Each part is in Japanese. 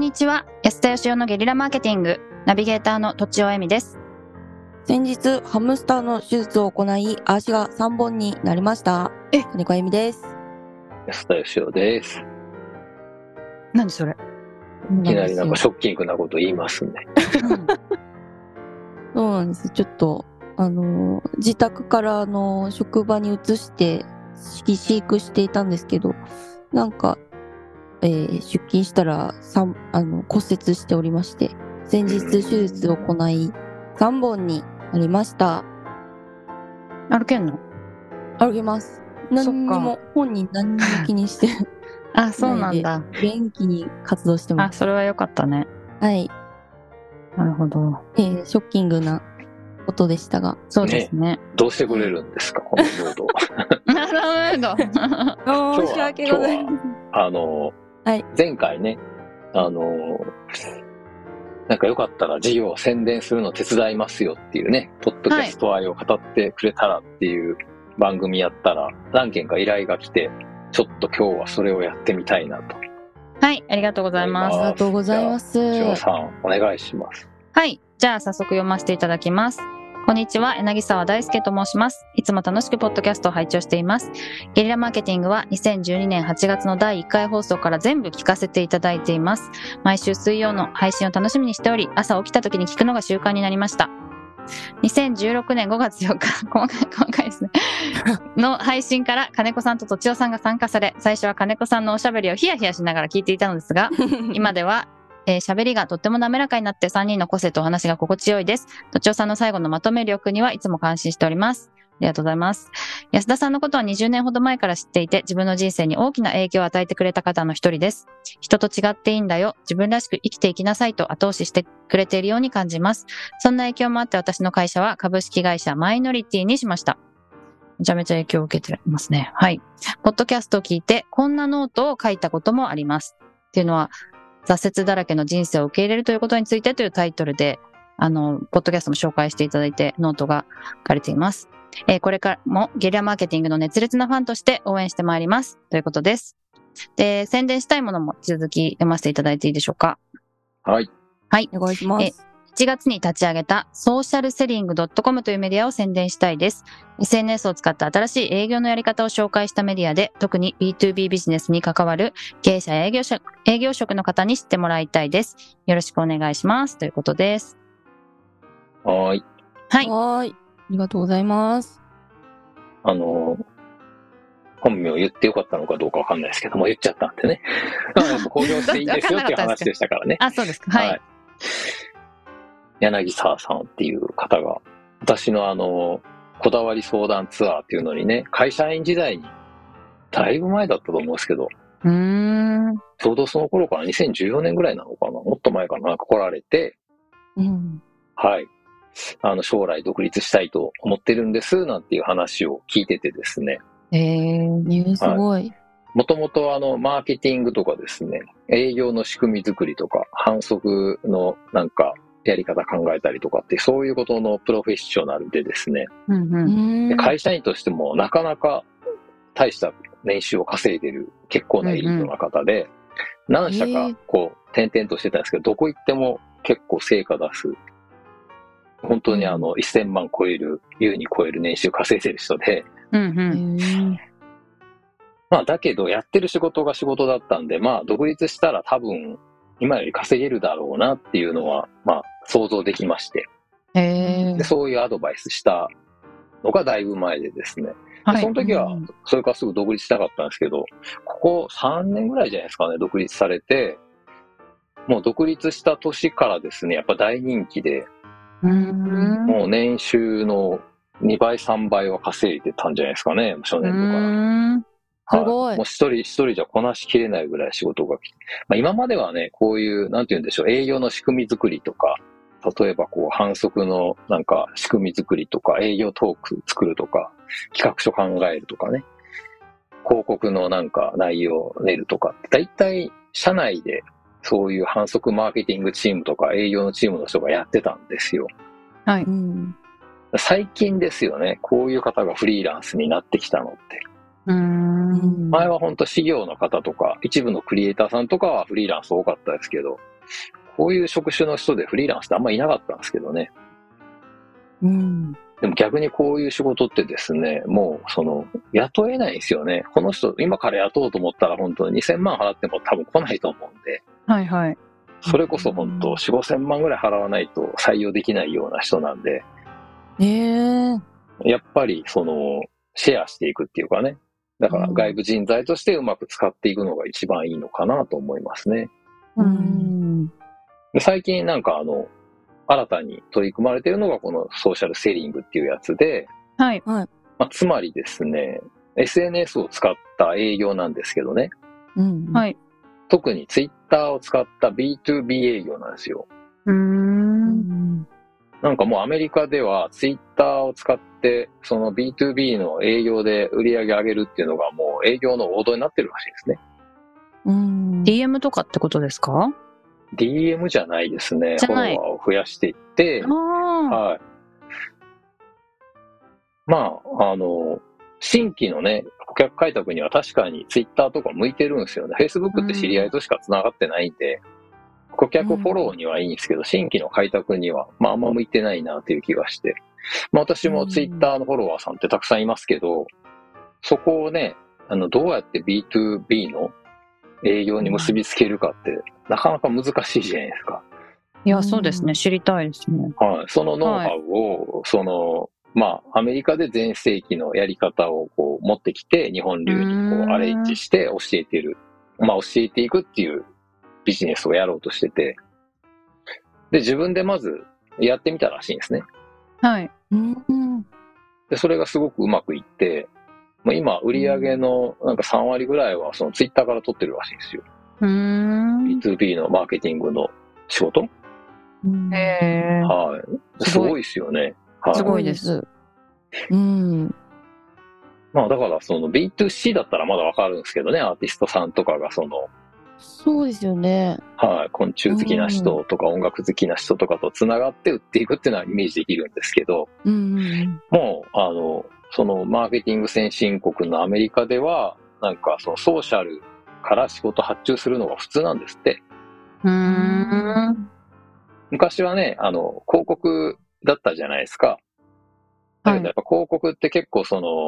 にちは。安田義雄のゲリラマーケティングナビゲーターのとちおえみです。 先日ハムスターの手術を行い足が3本になりました。金子あゆみです。 安田義雄です。 何それ、 いきなりなんかショッキングなこと言いますね。 そうなんです。ちょっと自宅から職場に移して飼育していたんですけど、なんか、出勤したら骨折しておりまして、先日手術を行い3本になりました。 歩けんの？ 歩けます。何にも本人何にも気にしてあ、そうなんだ。 元気に活動してます。 あ、それは良かったね。 はい。 なるほど。 ショッキングなことでしたが。 そうですね。 どうしてくれるんですか、このモード。 なるほど。申し訳ございません。 はい、前回ね、なんかよかったら事業を宣伝するの手伝いますよっていうね、ポッドキャスト愛を語ってくれたらっていう番組やったら、何件か依頼が来て、ちょっと今日はそれをやってみたいなと。 はい、ありがとうございます。 ありがとうございます。 千代さん、お願いします。 はい、じゃあ早速読ませていただきます。こんにちは、柳沢大輔と申します。いつも楽しくポッドキャストを拝聴しています。ゲリラマーケティングは2012年8月の第1回放送から全部聞かせていただいています。毎週水曜の配信を楽しみにしており、朝起きた時に聞くのが習慣になりました。2016年5月4日、細かいですねの配信から金子さんととちおさんが参加され、最初は金子さんのおしゃべりをヒヤヒヤしながら聞いていたのですが、今では喋りがとっても滑らかになって3人の個性とお話が心地よいです。とちおさんの最後のまとめ力にはいつも感心しております。ありがとうございます。安田さんのことは20年ほど前から知っていて、自分の人生に大きな影響を与えてくれた方の一人です。人と違っていいんだよ、自分らしく生きていきなさいと後押ししてくれているように感じます。そんな影響もあって私の会社は株式会社マイノリティにしました。めちゃめちゃ影響を受けていますね。はい。ポッドキャストを聞いてこんなノートを書いたこともあります。っていうのは、挫折だらけの人生を受け入れるということについてというタイトルで、ポッドキャストも紹介していただいてノートが書かれています。これからもゲリラマーケティングの熱烈なファンとして応援してまいりますということです。で、宣伝したいものも続き読ませていただいていいでしょうか。 はい。 はい、お願いします。 1月に立ち上げたソーシャルセリング .com というメディアを宣伝したいです。SNS を使った新しい営業のやり方を紹介したメディアで、特に B2B ビジネスに関わる経営者や営業職の方に知ってもらいたいです。よろしくお願いしますということです。 はい。 はい。ありがとうございます。 本名を言ってよかったのかどうかわかんないですけども、言っちゃったんでね。公表していいですよっていう話でしたからね。 あ、そうですか。はい。 柳沢さんっていう方が、私のこだわり相談ツアーっていうのにね、会社員時代に、だいぶ前だったと思うんですけど、ちょうどその頃から2014年ぐらいなのかな、もっと前かな、なんか来られて、はい。将来独立したいと思ってるんです、なんていう話を聞いててですね。 すごい。 もともとマーケティングとかですね、営業の仕組み作りとか、反則のなんか、やり方考えたりとかって、そういうことのプロフェッショナルでですね、で会社員としてもなかなか大した年収を稼いでる結構なエリートな方で、何社かこう転々としてたんですけど、どこ行っても結構成果出す、本当に1000万超える、優に超える年収稼いでる人で、まあだけどやってる仕事が仕事だったんで、まあ独立したら多分今より稼げるだろうなっていうのは、まあ想像できまして。でそういうアドバイスしたのがだいぶ前でですね。でその時は、それからすぐ独立したかったんですけど、ここ3年ぐらいじゃないですかね、独立されて、もう独立した年からですね、やっぱ大人気で、もう年収の2倍、3倍は稼いでたんじゃないですかね、初年度から。 すごい。 もう一人じゃこなしきれないぐらい仕事が来て。まあ、今まではね、こういう、なんて言うんでしょう、営業の仕組み作りとか、例えばこう、反則のなんか仕組み作りとか、営業トーク作るとか、企画書考えるとかね、広告のなんか内容を練るとか、だいたい社内でそういう反則マーケティングチームとか営業のチームの人がやってたんですよ。 はい。 最近ですよね、こういう方がフリーランスになってきたのって。前は本当事業の方とか一部のクリエイターさんとかはフリーランス多かったですけど、 こういう職種の人でフリーランスってあんまりいなかったんですけどね。 うん。 でも逆にこういう仕事ってですね、もう雇えないんですよね。この人、今から雇おうと思ったら本当に2000万払っても多分来ないと思うんで。 はいはい。 それこそ本当4、5000万ぐらい払わないと採用できないような人なんで。やっぱりシェアしていくっていうかね。だから外部人材としてうまく使っていくのが一番いいのかなと思いますね。で最近なんか新たに取り組まれているのがこのソーシャルセリングっていうやつで、 はい。 つまりですね、SNS を使った営業なんですけどね。 はい。 特にツイッターを使った B2B 営業なんですよ。なんかもうアメリカではツイッターを使ってその B2B の営業で売り上げ上げるっていうのがもう営業の王道になってるらしいですね。 DM とかってことですか？ DM じゃないですね。フォロワーを増やしていって、はい。新規のね、顧客開拓には確かにツイッターとか向いてるんですよね。Facebook って知り合いとしか繋がってないんで、顧客フォローにはいいんですけど、新規の開拓には、あんま向いてないなという気がして。私もツイッターのフォロワーさんってたくさんいますけど、そこをね、どうやって B2B の営業に結びつけるかって、なかなか難しいじゃないですか。 いや、そうですね。知りたいですね。 はい。そのノウハウを、アメリカで全盛期のやり方をこう持ってきて、日本流にこうアレンジして教えている。教えていくっていうビジネスをやろうとしてて、で、自分でまずやってみたらしいんですね。 はい。 で、それがすごくうまくいって、今、売り上げのなんか3割ぐらいはそのツイッターから取ってるらしいんですよ。B2B のマーケティングの仕事。はい。すごいですよね。はい、 すごいです。 だからB2C だったらまだわかるんですけどね、アーティストさんとかがそうですよね。 はい、昆虫好きな人とか音楽好きな人とかとつながって売っていくっていうのはイメージできるんですけど、もうそのマーケティング先進国のアメリカではなんかソーシャルから仕事発注するのが普通なんですって。昔はね、広告だったじゃないですか。だけどやっぱ広告って結構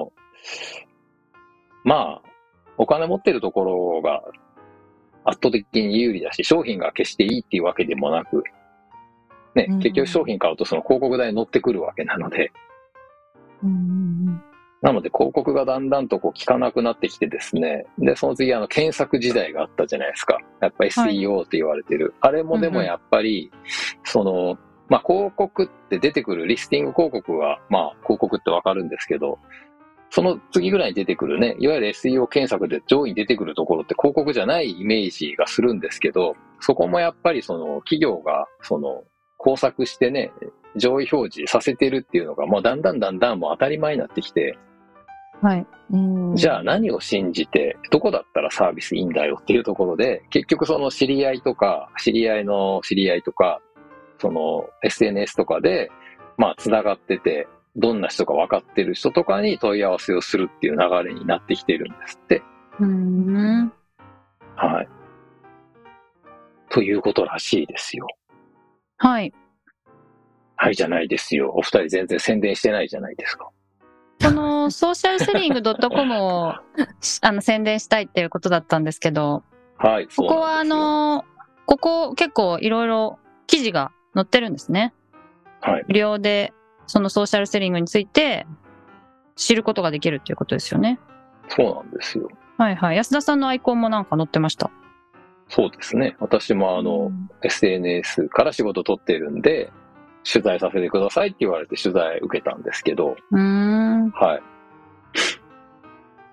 お金持ってるところが圧倒的に有利だし、商品が決していいっていうわけでもなく、ね、結局商品買うとその広告代に乗ってくるわけなので、なので広告がだんだんと効かなくなってきてですね、で、その次検索時代があったじゃないですか。やっぱ SEO って言われてる。あれもでもやっぱり、広告って出てくるリスティング広告は、広告ってわかるんですけど、その次ぐらいに出てくるね、いわゆる SEO 検索で上位に出てくるところって広告じゃないイメージがするんですけど、そこもやっぱり企業が工作してね、上位表示させてるっていうのがもうだんだんもう当たり前になってきて、じゃあ何を信じてどこだったらサービスいいんだよっていうところで、結局知り合いとか知り合いの知り合いとかSNS とかで繋がってて、どんな人か分かってる人とかに問い合わせをするっていう流れになってきてるんですって。はい。ということらしいですよ。 はい。 はいじゃないですよ。お二人全然宣伝してないじゃないですか。 このソーシャルセリング .com を宣伝したいっていうことだったんですけど、 はい。 ここはここ結構いろいろ記事が載ってるんですね。 はい。 無料でそのソーシャルセリングについて知ることができるっていうことですよね。 そうなんですよ。 はいはい。安田さんのアイコンもなんか載ってました。 そうですね。私もSNS から仕事取ってるんで、取材させてくださいって言われて取材受けたんですけど。はい。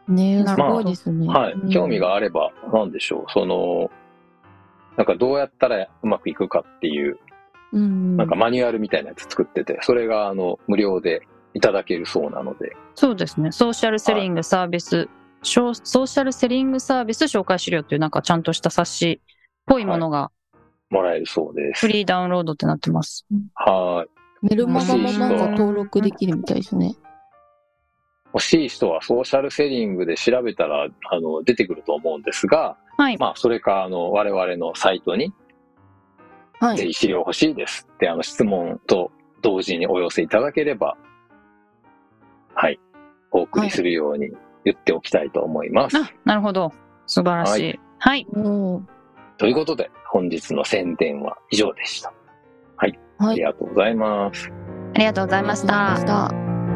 ねえ、すごいですね。 はい。興味があれば、なんでしょう。なんかどうやったらうまくいくかっていう、なんかマニュアルみたいなやつ作ってて、それが無料でいただけるそうなので。 そうですね。ソーシャルセリングサービス、ソーシャルセリングサービス紹介資料っていうなんかちゃんとした冊子っぽいものが、 もらえるそうです。 フリーダウンロードってなってます。 はい。 メルマガもなんか登録できるみたいですね。 欲しい人はソーシャルセリングで調べたら出てくると思うんですが、それか我々のサイトにぜひ資料欲しいですって質問と同時にお寄せいただければ、はい、お送りするように言っておきたいと思います。 なるほど。素晴らしい。はい。 ということで、本日の宣伝は以上でした。はい。ありがとうございます。 ありがとうございました。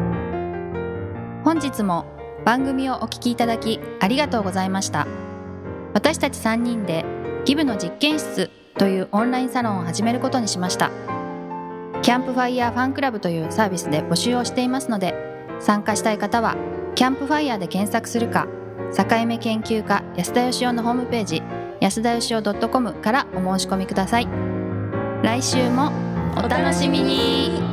本日も番組をお聞きいただきありがとうございました。私たち3人でギブの実験室というオンラインサロンを始めることにしました。キャンプファイヤーファンクラブというサービスで募集をしていますので、参加したい方はキャンプファイヤーで検索するか、境目研究家安田義雄のホームページ安田義雄 .com からお申し込みください。来週もお楽しみに。